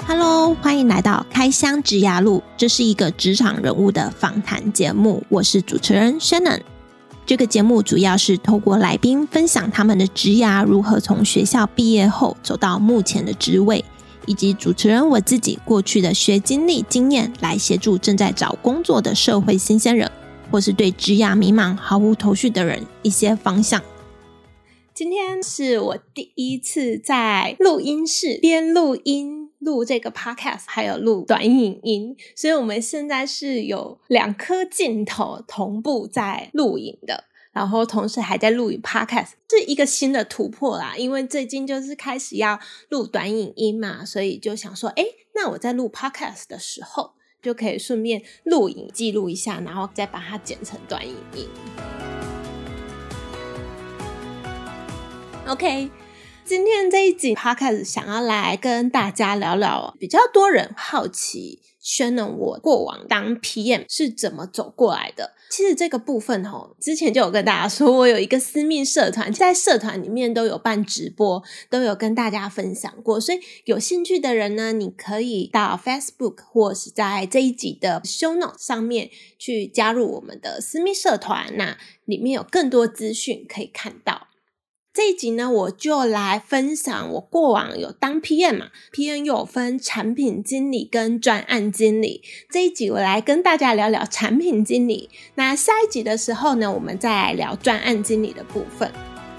Hello， 欢迎来到开箱职涯路，这是一个职场人物的访谈节目，我是主持人 Shannon。这个节目主要是透过来宾分享他们的职涯如何从学校毕业后走到目前的职位，以及主持人我自己过去的学经历经验，来协助正在找工作的社会新鲜人，或是对职涯迷茫毫无头绪的人一些方向。今天是我第一次在录音室边录音录这个 podcast 还有录短影音，所以我们现在是有2颗镜头同步在录影的，然后同时还在录影 podcast， 是一个新的突破啦，因为最近就是开始要录短影音嘛，所以就想说那我在录 podcast 的时候就可以顺便录影记录一下，然后再把它剪成短影音。OK， 今天这一集 Podcast 想要来跟大家聊聊，比较多人好奇Shannon我过往当 PM 是怎么走过来的。其实这个部分之前就有跟大家说，我有一个私密社团，在社团里面都有办直播，都有跟大家分享过，所以有兴趣的人呢，你可以到 Facebook 或是在这一集的 show note 上面去加入我们的私密社团，那里面有更多资讯可以看到。这一集呢，我就来分享我过往有当 PM 嘛 ，PM 又有分产品经理跟专案经理。这一集我来跟大家聊聊产品经理，那下一集的时候呢，我们再来聊专案经理的部分。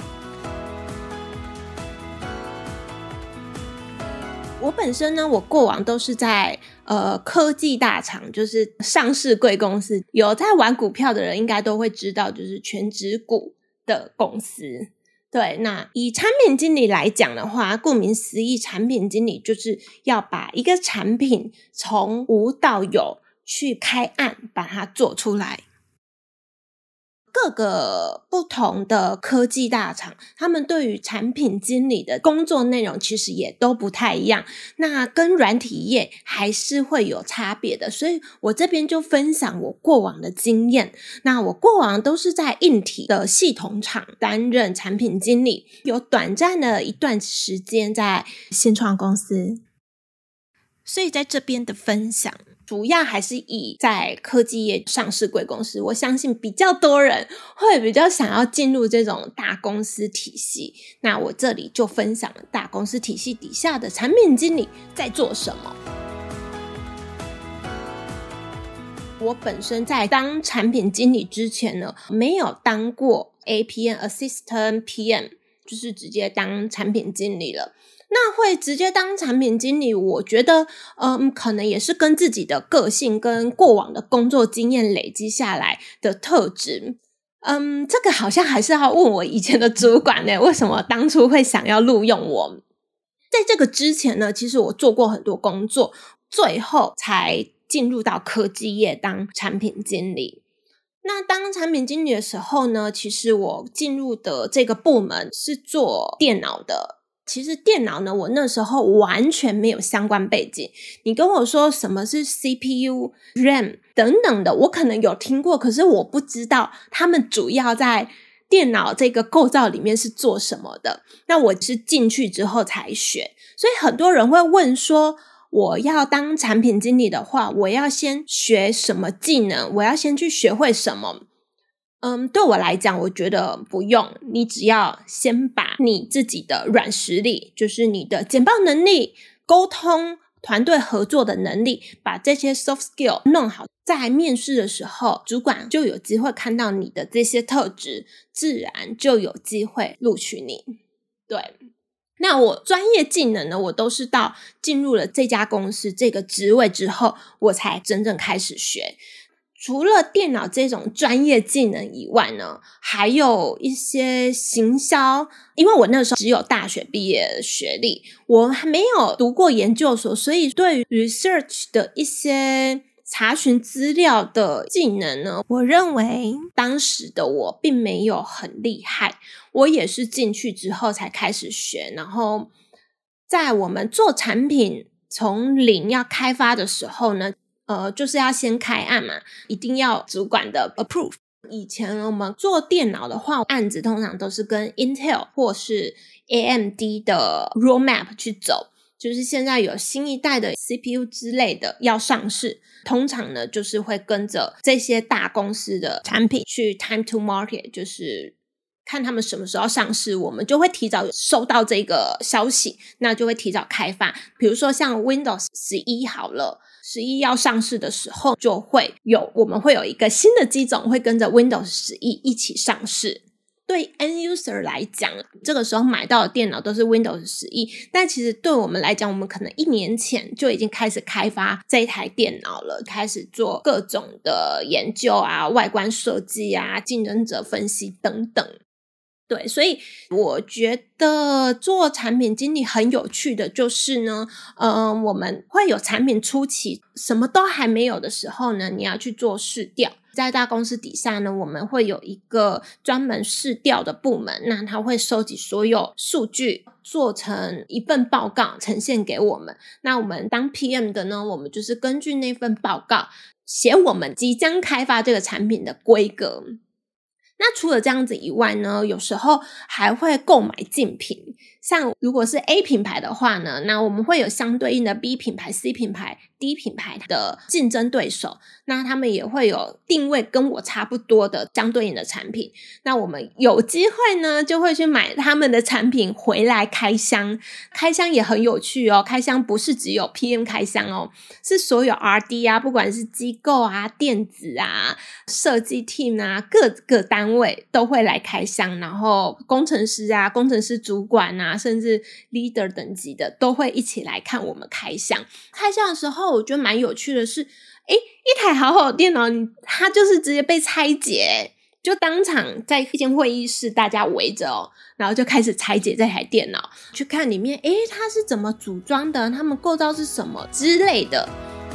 我本身呢，我过往都是在科技大厂，就是上市贵公司，有在玩股票的人应该都会知道，就是全指股的公司。对，那以产品经理来讲的话，顾名思义，产品经理就是要把一个产品从无到有去开案，把它做出来。各个不同的科技大厂，他们对于产品经理的工作内容其实也都不太一样，那跟软体业还是会有差别的，所以我这边就分享我过往的经验。那我过往都是在硬体的系统厂担任产品经理，有短暂的一段时间在新创公司，所以在这边的分享主要还是以在科技业上市贵公司，我相信比较多人会比较想要进入这种大公司体系，那我这里就分享了大公司体系底下的产品经理在做什么。我本身在当产品经理之前呢，没有当过 APM Assistant PM， 就是直接当产品经理了。那会直接当产品经理，我觉得可能也是跟自己的个性跟过往的工作经验累积下来的特质。这个好像还是要问我以前的主管呢，为什么当初会想要录用我。在这个之前呢，其实我做过很多工作，最后才进入到科技业当产品经理。那当产品经理的时候呢，其实我进入的这个部门是做电脑的。其实电脑呢，我那时候完全没有相关背景，你跟我说什么是 CPU、RAM 等等的，我可能有听过，可是我不知道他们主要在电脑这个构造里面是做什么的。那我是进去之后才学，所以很多人会问说，我要当产品经理的话，我要先学什么技能？我要先去学会什么？对我来讲，我觉得不用，你只要先把你自己的软实力，就是你的简报能力、沟通、团队合作的能力，把这些 soft skill 弄好，在面试的时候，主管就有机会看到你的这些特质，自然就有机会录取你。对，那我专业技能呢，我都是到进入了这家公司这个职位之后，我才真正开始学。除了电脑这种专业技能以外呢，还有一些行销，因为我那时候只有大学毕业的学历，我还没有读过研究所，所以对于 research 的一些查询资料的技能呢，我认为当时的我并没有很厉害，我也是进去之后才开始学，然后在我们做产品从零要开发的时候呢，就是要先开案嘛，一定要主管的 approve。以前我们做电脑的话，案子通常都是跟 Intel 或是 AMD 的 roadmap 去走。 就是现在有新一代的 CPU 之类的要上市，通常呢就是会跟着这些大公司的产品去 time to market， 就是看他们什么时候上市，我们就会提早收到这个消息，那就会提早开发。比如说像 Windows 11好了，11要上市的时候我们会有一个新的机种会跟着 Windows 11一起上市。对 end user 来讲，这个时候买到的电脑都是 Windows 11，但其实对我们来讲，我们可能1年前就已经开始开发这一台电脑了，开始做各种的研究啊、外观设计啊、竞争者分析等等。对，所以我觉得做产品经理很有趣的就是呢，我们会有产品初期什么都还没有的时候呢，你要去做试调。在大公司底下呢，我们会有一个专门试调的部门，那他会收集所有数据，做成一份报告呈现给我们。那我们当 PM 的呢，我们就是根据那份报告写我们即将开发这个产品的规格。那除了这样子以外呢，有时候还会购买竞品，像如果是 A 品牌的话呢，那我们会有相对应的 B 品牌、C 品牌、D 品牌的竞争对手，那他们也会有定位跟我差不多的相对应的产品，那我们有机会呢就会去买他们的产品回来开箱。开箱也很有趣哦，开箱不是只有 PM 开箱哦，是所有 RD 啊，不管是机构啊、电子啊、设计 team 啊，各个单位都会来开箱，然后工程师啊、工程师主管啊，甚至 leader 等级的都会一起来看我们开箱。开箱的时候我觉得蛮有趣的是，一台好好的电脑它就是直接被拆解，就当场在一间会议室大家围着哦，然后就开始拆解这台电脑，去看里面它是怎么组装的，它们构造是什么之类的，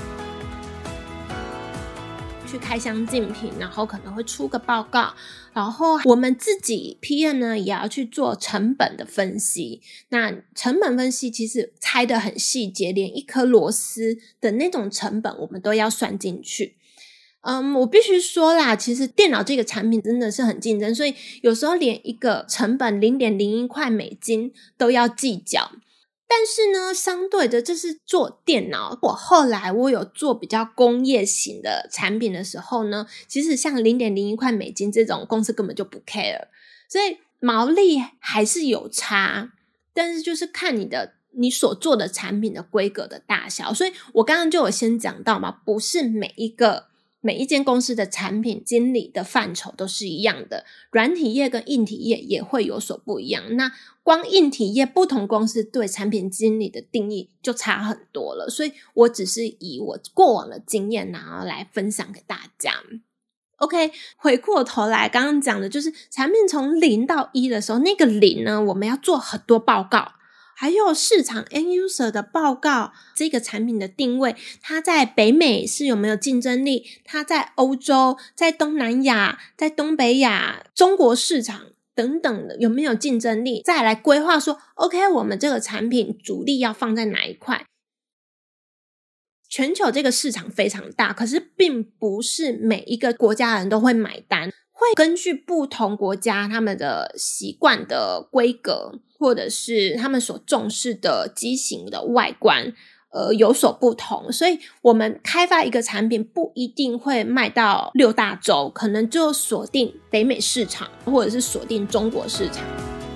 去开箱竞品，然后可能会出个报告，然后我们自己 PM 呢也要去做成本的分析。那成本分析其实拆得很细节，连一颗螺丝的那种成本我们都要算进去。我必须说啦，其实电脑这个产品真的是很竞争，所以有时候连一个成本 0.01 块美金都要计较。但是呢，相对的这是做电脑，后来我有做比较工业型的产品的时候呢，其实像 0.01 块美金这种公司根本就不 care， 所以毛利还是有差，但是就是看你所做的产品的规格的大小。所以我刚刚就有先讲到嘛，不是每一间公司的产品经理的范畴都是一样的，软体业跟硬体业也会有所不一样。那光硬体业不同公司对产品经理的定义就差很多了，所以我只是以我过往的经验然后来分享给大家。OK， 回过头来刚刚讲的就是产品从0到1的时候，那个0呢，我们要做很多报告，还有市场 end user 的报告，这个产品的定位，它在北美是有没有竞争力，它在欧洲、在东南亚、在东北亚、中国市场等等的有没有竞争力，再来规划说 OK 我们这个产品主力要放在哪一块。全球这个市场非常大，可是并不是每一个国家的人都会买单，会根据不同国家他们的习惯的规格，或者是他们所重视的机型的外观有所不同，所以我们开发一个产品不一定会卖到6大洲，可能就锁定北美市场，或者是锁定中国市场。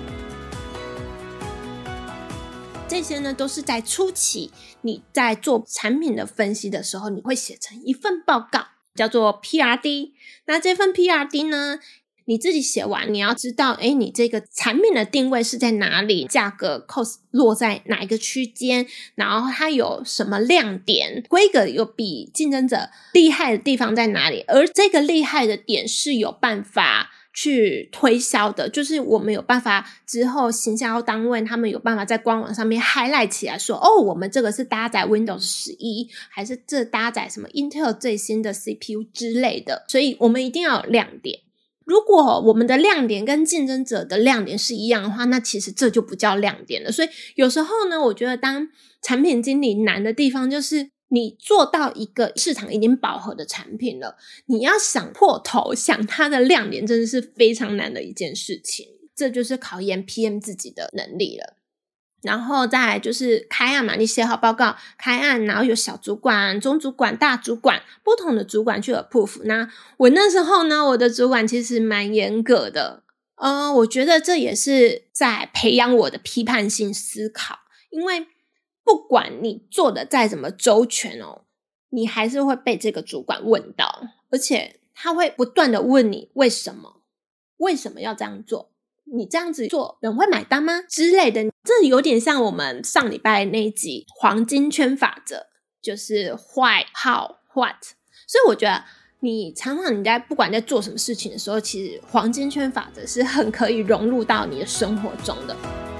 这些呢都是在初期你在做产品的分析的时候，你会写成一份报告叫做 PRD。 那这份 PRD 呢，你自己写完你要知道你这个产品的定位是在哪里，价格 cost 落在哪一个区间，然后它有什么亮点，规格有比竞争者厉害的地方在哪里，而这个厉害的点是有办法去推销的，就是我们有办法之后行销单位他们有办法在官网上面 highlight 起来说我们这个是搭载 Windows 11，还是这搭载什么 Intel 最新的 CPU 之类的，所以我们一定要有亮点。如果我们的亮点跟竞争者的亮点是一样的话，那其实这就不叫亮点了。所以有时候呢，我觉得当产品经理难的地方就是你做到一个市场已经饱和的产品了，你要想破头想它的亮点，真的是非常难的一件事情，这就是考验 PM 自己的能力了。 然后再来就是开案嘛，你写好报告开案，然后有小主管、中主管、大主管，不同的主管去 approve。 那我那时候呢，我的主管其实蛮严格的，我觉得这也是在培养我的批判性思考，因为不管你做的再怎么周全你还是会被这个主管问到，而且他会不断的问你为什么要这样做，你这样子做人会买单吗之类的。这有点像我们上礼拜那一集黄金圈法则，就是 why how what。 所以我觉得你常常你在不管在做什么事情的时候，其实黄金圈法则是很可以融入到你的生活中的。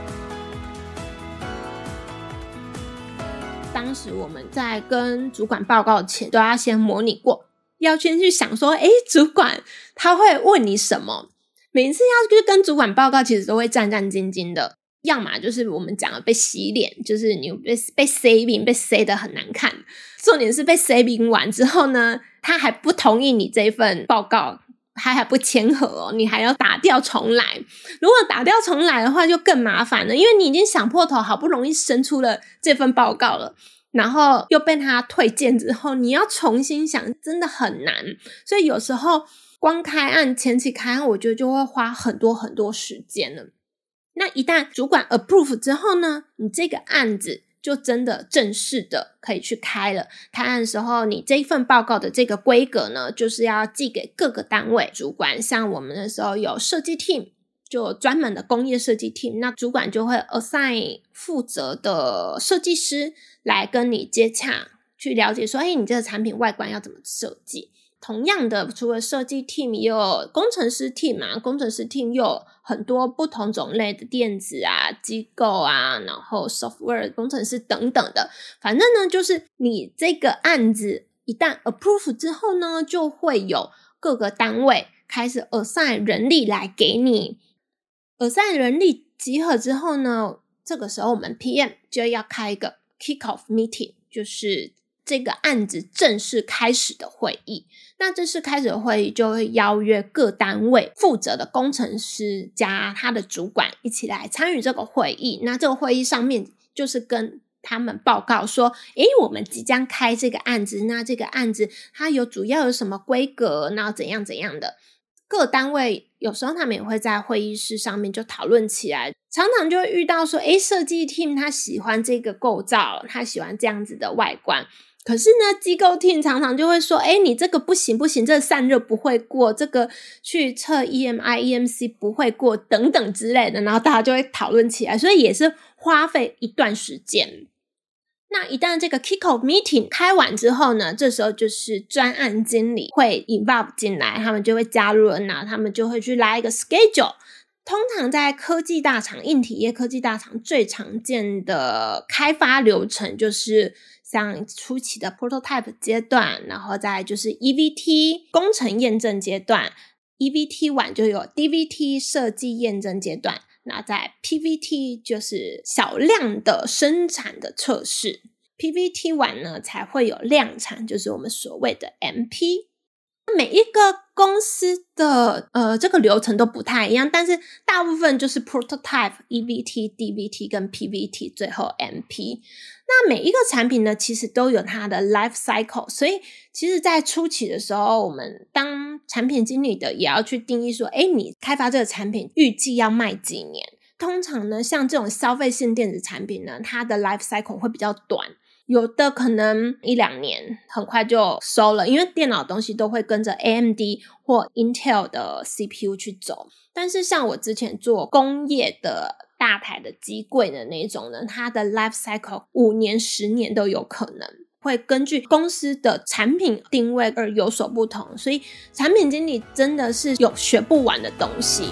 当时我们在跟主管报告前都要先模拟过，要先去想说主管他会问你什么。每一次要去跟主管报告其实都会战战兢兢的，要么就是我们讲的被洗脸，就是你被塞饼被塞得很难看，重点是被塞饼完之后呢，他还不同意你这一份报告，他还不签合你还要打掉重来。如果打掉重来的话就更麻烦了，因为你已经想破头好不容易生出了这份报告了，然后又被他退件之后，你要重新想真的很难。所以有时候光开案前期开案我觉得就会花很多很多时间了。那一旦主管 approve 之后呢，你这个案子就真的正式的可以去开了。开案的时候你这一份报告的这个规格呢，就是要寄给各个单位主管，像我们那时候有设计 team， 就专门的工业设计 team， 那主管就会 assign 负责的设计师来跟你接洽，去了解说你这个产品外观要怎么设计。同样的，除了设计 team 也有工程师 team 嘛，工程师 team 又有很多不同种类的电子啊、机构啊，然后 software 工程师等等的。反正呢，就是你这个案子一旦 approve 之后呢，就会有各个单位开始 assign 人力来给你。assign 人力集合之后呢，这个时候我们 PM 就要开一个 kick-off meeting， 就是这个案子正式开始的会议。那正式开始的会议就会邀约各单位负责的工程师加他的主管一起来参与这个会议。那这个会议上面就是跟他们报告说我们即将开这个案子，那这个案子它主要有什么规格，然后怎样怎样的。各单位有时候他们也会在会议室上面就讨论起来，常常就会遇到说设计 team 他喜欢这个构造，他喜欢这样子的外观，可是呢机构 team 常常就会说你这个不行，这个散热不会过，这个去测 EMI、EMC 不会过等等之类的，然后大家就会讨论起来，所以也是花费一段时间。那一旦这个 kick-off meeting 开完之后呢，这时候就是专案经理会 involve 进来，他们就会加入了，那他们就会去拉一个 schedule。通常在科技大厂、硬体业科技大厂最常见的开发流程就是像初期的 prototype 阶段，然后再来就是 EVT 工程验证阶段， EVT 完就有 DVT 设计验证阶段，那在 PVT 就是小量的生产的测试， PVT 完呢才会有量产，就是我们所谓的 MP。 每一个公司的这个流程都不太一样，但是大部分就是 prototype、 EVT、 DVT 跟 PVT 最后 MP。 那每一个产品呢其实都有它的 life cycle， 所以其实在初期的时候，我们当产品经理的也要去定义说你开发这个产品预计要卖几年。通常呢像这种消费性电子产品呢，它的 life cycle 会比较短，有的可能1-2年很快就收了，因为电脑的东西都会跟着 AMD 或 Intel 的 CPU 去走。但是像我之前做工业的大台的机柜的那种呢，它的 life cycle 5年10年都有可能，会根据公司的产品定位而有所不同，所以产品经理真的是有学不完的东西。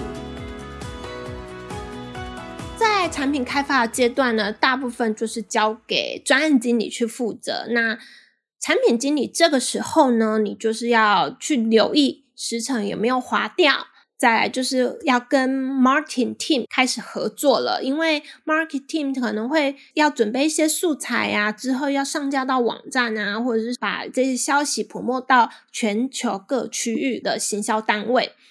在产品开发的阶段呢，大部分就是交给专案经理去负责。那产品经理这个时候呢，你就是要去留意时程有没有滑掉，再来就是要跟 marketing team 开始合作了，因为 marketing team 可能会要准备一些素材啊，之后要上架到网站啊，或者是把这些消息promote到全球各区域的行销单位。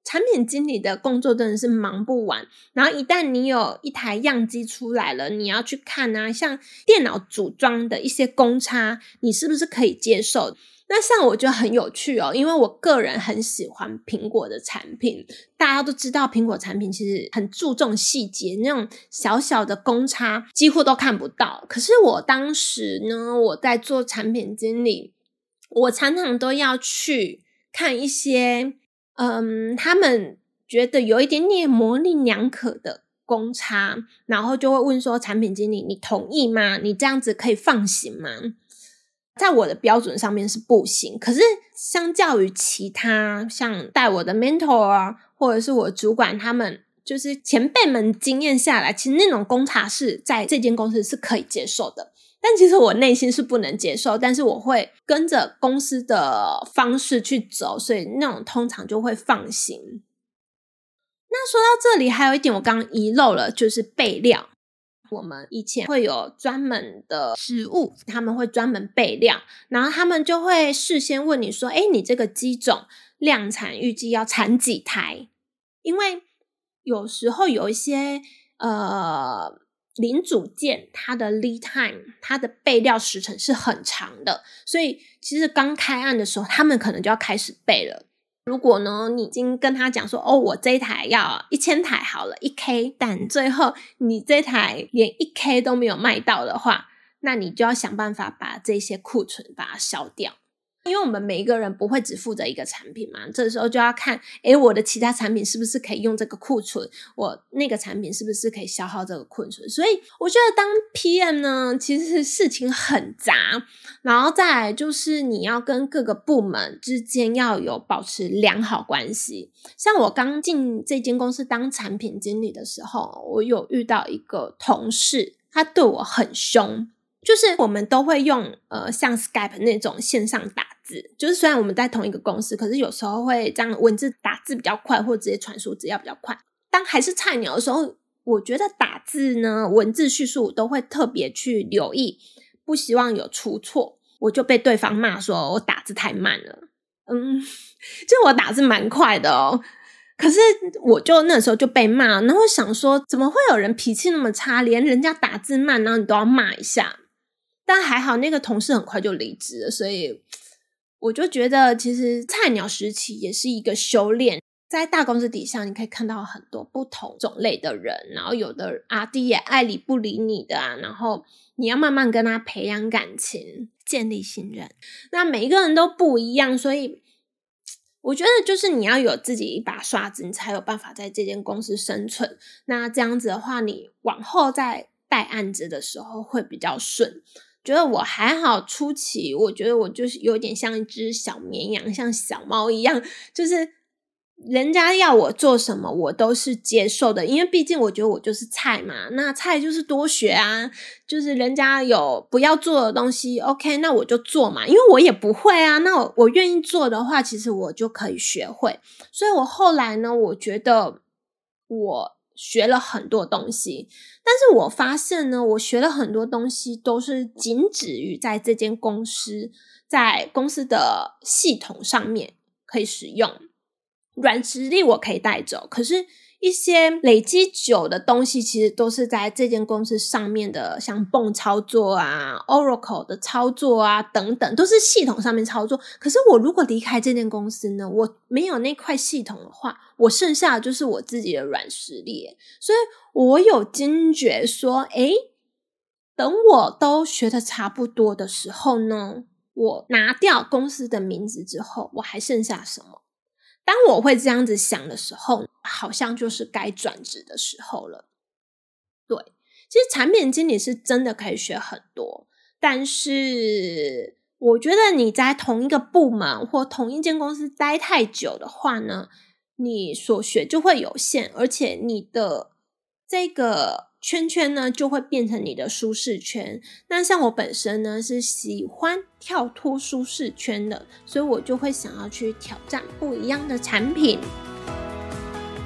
产品经理的工作真的是忙不完，然后一旦你有一台样机出来了，你要去看啊，像电脑组装的一些公差，你是不是可以接受？那像我觉得很有趣哦，因为我个人很喜欢苹果的产品，大家都知道苹果产品其实很注重细节，那种小小的公差几乎都看不到。可是我当时呢，我在做产品经理，我常常都要去看一些他们觉得有一点点模棱两可的公差，然后就会问说产品经理你同意吗？你这样子可以放行吗？在我的标准上面是不行，可是相较于其他像带我的 mentor 啊，或者是我主管他们就是前辈们经验下来，其实那种公差是在这间公司是可以接受的，但其实我内心是不能接受，但是我会跟着公司的方式去走，所以那种通常就会放行。那说到这里还有一点我刚刚遗漏了，就是备料。我们以前会有专门的职务，他们会专门备料，然后他们就会事先问你说你这个机种量产预计要产几台，因为有时候有一些零组件它的 lead time 它的备料时程是很长的，所以其实刚开案的时候他们可能就要开始备了。如果呢你已经跟他讲说我这一台要1000台好了 1K， 但最后你这台连 1K 都没有卖到的话，那你就要想办法把这些库存把它消掉。因为我们每一个人不会只负责一个产品嘛，这时候就要看我的其他产品是不是可以用这个库存，我那个产品是不是可以消耗这个库存。所以我觉得当 PM 呢其实事情很杂，然后再来就是你要跟各个部门之间要有保持良好关系。像我刚进这间公司当产品经理的时候，我有遇到一个同事，他对我很凶，就是我们都会用像 Skype 那种线上打字，就是虽然我们在同一个公司，可是有时候会这样文字打字比较快，或者直接传输资料比较快。当还是菜鸟的时候，我觉得打字呢文字叙述我都会特别去留意，不希望有出错，我就被对方骂说我打字太慢了。就我打字蛮快的哦，可是我就那时候就被骂，然后想说怎么会有人脾气那么差，连人家打字慢然后你都要骂一下。但还好那个同事很快就离职了，所以我就觉得其实菜鸟时期也是一个修炼。在大公司底下你可以看到很多不同种类的人，然后有的RD也爱理不理你的啊，然后你要慢慢跟他培养感情，建立信任。那每一个人都不一样，所以我觉得就是你要有自己一把刷子，你才有办法在这间公司生存。那这样子的话，你往后在带案子的时候会比较顺。觉得我还好，初期我觉得我就是有点像一只小绵羊，像小猫一样，就是人家要我做什么我都是接受的，因为毕竟我觉得我就是菜嘛，那菜就是多学啊，就是人家有不要做的东西 OK 那我就做嘛，因为我也不会啊，那我愿意做的话其实我就可以学会。所以我后来呢，我觉得我学了很多东西，但是我发现呢，我学了很多东西都是仅止于在这间公司，在公司的系统上面可以使用，软实力我可以带走，可是一些累积久的东西其实都是在这间公司上面的，像泵操作啊 Oracle 的操作啊等等，都是系统上面操作。可是我如果离开这间公司呢，我没有那块系统的话，我剩下的就是我自己的软实力。所以我有惊觉说等我都学得差不多的时候呢，我拿掉公司的名字之后，我还剩下什么？当我会这样子想的时候，好像就是该转职的时候了。对，其实产品经理是真的可以学很多，但是我觉得你在同一个部门或同一间公司待太久的话呢，你所学就会有限，而且你的这个圈圈呢就会变成你的舒适圈。那像我本身呢是喜欢跳脱舒适圈的，所以我就会想要去挑战不一样的产品。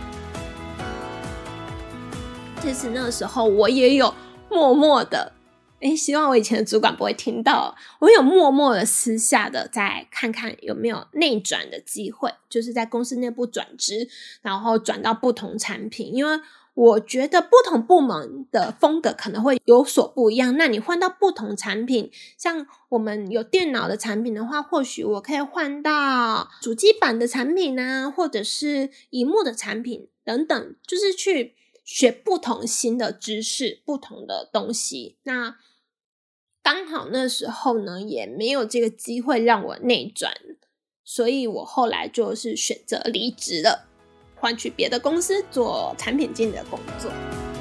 其实那个时候我也有默默的希望我以前的主管不会听到，我有默默的私下的再看看有没有内转的机会，就是在公司内部转职，然后转到不同产品，因为我觉得不同部门的风格可能会有所不一样，那你换到不同产品，像我们有电脑的产品的话，或许我可以换到主机板的产品啊，或者是萤幕的产品等等，就是去学不同新的知识，不同的东西。那刚好那时候呢也没有这个机会让我内转，所以我后来就是选择离职了，换去别的公司做产品经理的工作。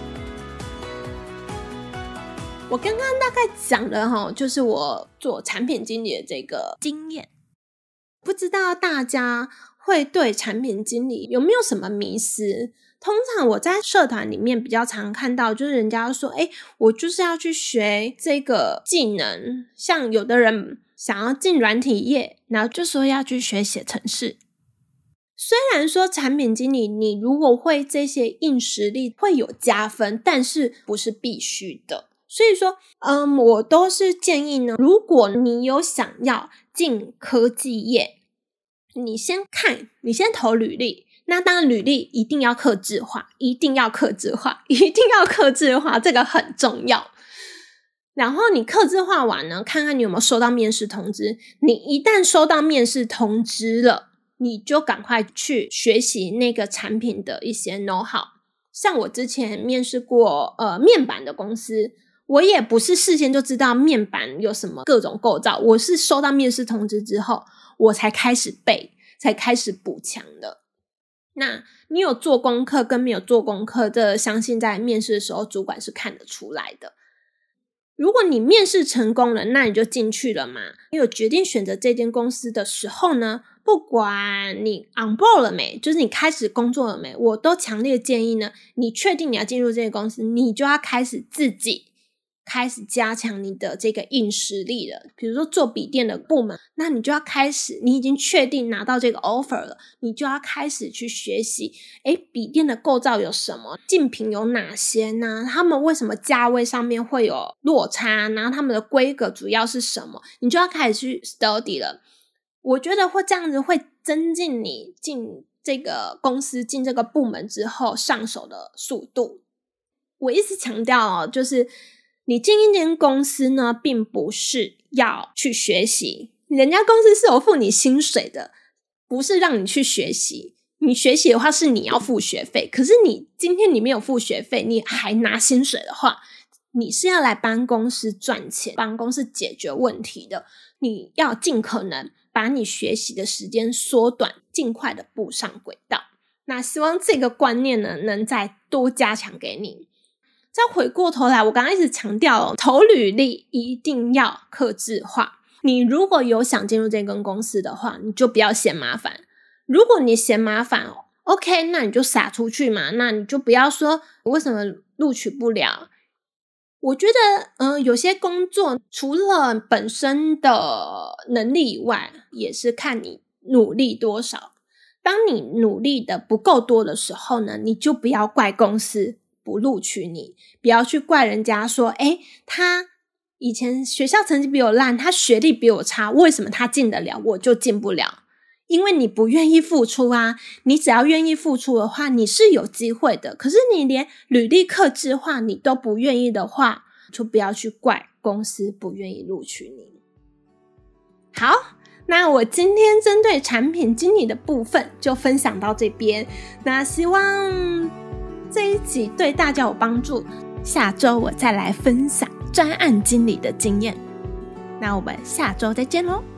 我刚刚大概讲了就是我做产品经理的这个经验，不知道大家会对产品经理有没有什么迷思？通常我在社团里面比较常看到，就是人家说我就是要去学这个技能，像有的人想要进软体业，然后就说要去学写程式。虽然说产品经理你如果会这些硬实力会有加分，但是不是必须的。所以说我都是建议呢，如果你有想要进科技业，你先投履历，那当然履历一定要客制化，一定要客制化，这个很重要。然后你客制化完呢，看看你有没有收到面试通知，你一旦收到面试通知了，你就赶快去学习那个产品的一些 know-how。 像我之前面试过面板的公司，我也不是事先就知道面板有什么各种构造，我是收到面试通知之后我才开始背，才开始补强的。那你有做功课跟没有做功课，这相信在面试的时候主管是看得出来的。如果你面试成功了，那你就进去了嘛。你有决定选择这间公司的时候呢，不管你 on board 了没，就是你开始工作了没，我都强烈建议呢，你确定你要进入这个公司，你就要开始自己开始加强你的这个硬实力了。比如说做笔电的部门，那你就要开始，你已经确定拿到这个 offer 了，你就要开始去学习笔电的构造有什么，竞品有哪些呢，他们为什么价位上面会有落差，然后他们的规格主要是什么，你就要开始去 study 了。我觉得会这样子会增进你进这个公司进这个部门之后上手的速度。我一直强调就是你进一间公司呢，并不是要去学习，人家公司是有付你薪水的，不是让你去学习。你学习的话是你要付学费，可是你今天你没有付学费，你还拿薪水的话，你是要来帮公司赚钱，帮公司解决问题的。你要尽可能把你学习的时间缩短，尽快的步上轨道。那希望这个观念呢，能再多加强给你。再回过头来，我刚刚一直强调投履历一定要客制化。你如果有想进入这间公司的话，你就不要嫌麻烦。如果你嫌麻烦 OK， 那你就撒出去嘛，那你就不要说为什么录取不了。我觉得有些工作除了本身的能力以外，也是看你努力多少。当你努力的不够多的时候呢，你就不要怪公司不录取你，不要去怪人家说他以前学校成绩比我烂，他学历比我差，为什么他进得了我就进不了？因为你不愿意付出啊。你只要愿意付出的话，你是有机会的。可是你连履历客制化你都不愿意的话，就不要去怪公司不愿意录取你。好，那我今天针对产品经理的部分就分享到这边，那希望这一集对大家有帮助，下周我再来分享专案经理的经验。那我们下周再见咯。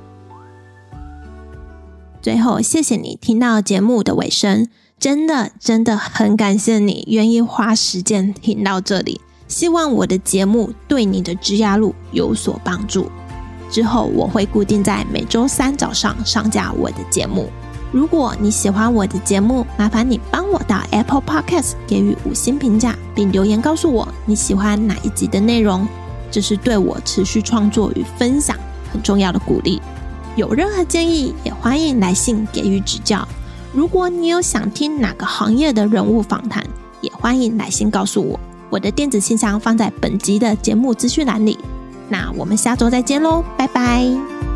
最后谢谢你听到节目的尾声，真的很感谢你愿意花时间听到这里，希望我的节目对你的职涯路有所帮助。之后我会固定在每周三早上上架我的节目。如果你喜欢我的节目，麻烦你帮我到 Apple Podcast 给予5星评价，并留言告诉我你喜欢哪一集的内容，这是对我持续创作与分享很重要的鼓励。有任何建议也欢迎来信给予指教。如果你有想听哪个行业的人物访谈，也欢迎来信告诉我。 我的电子信箱放在本集的节目资讯栏里。那我们下周再见咯，拜拜。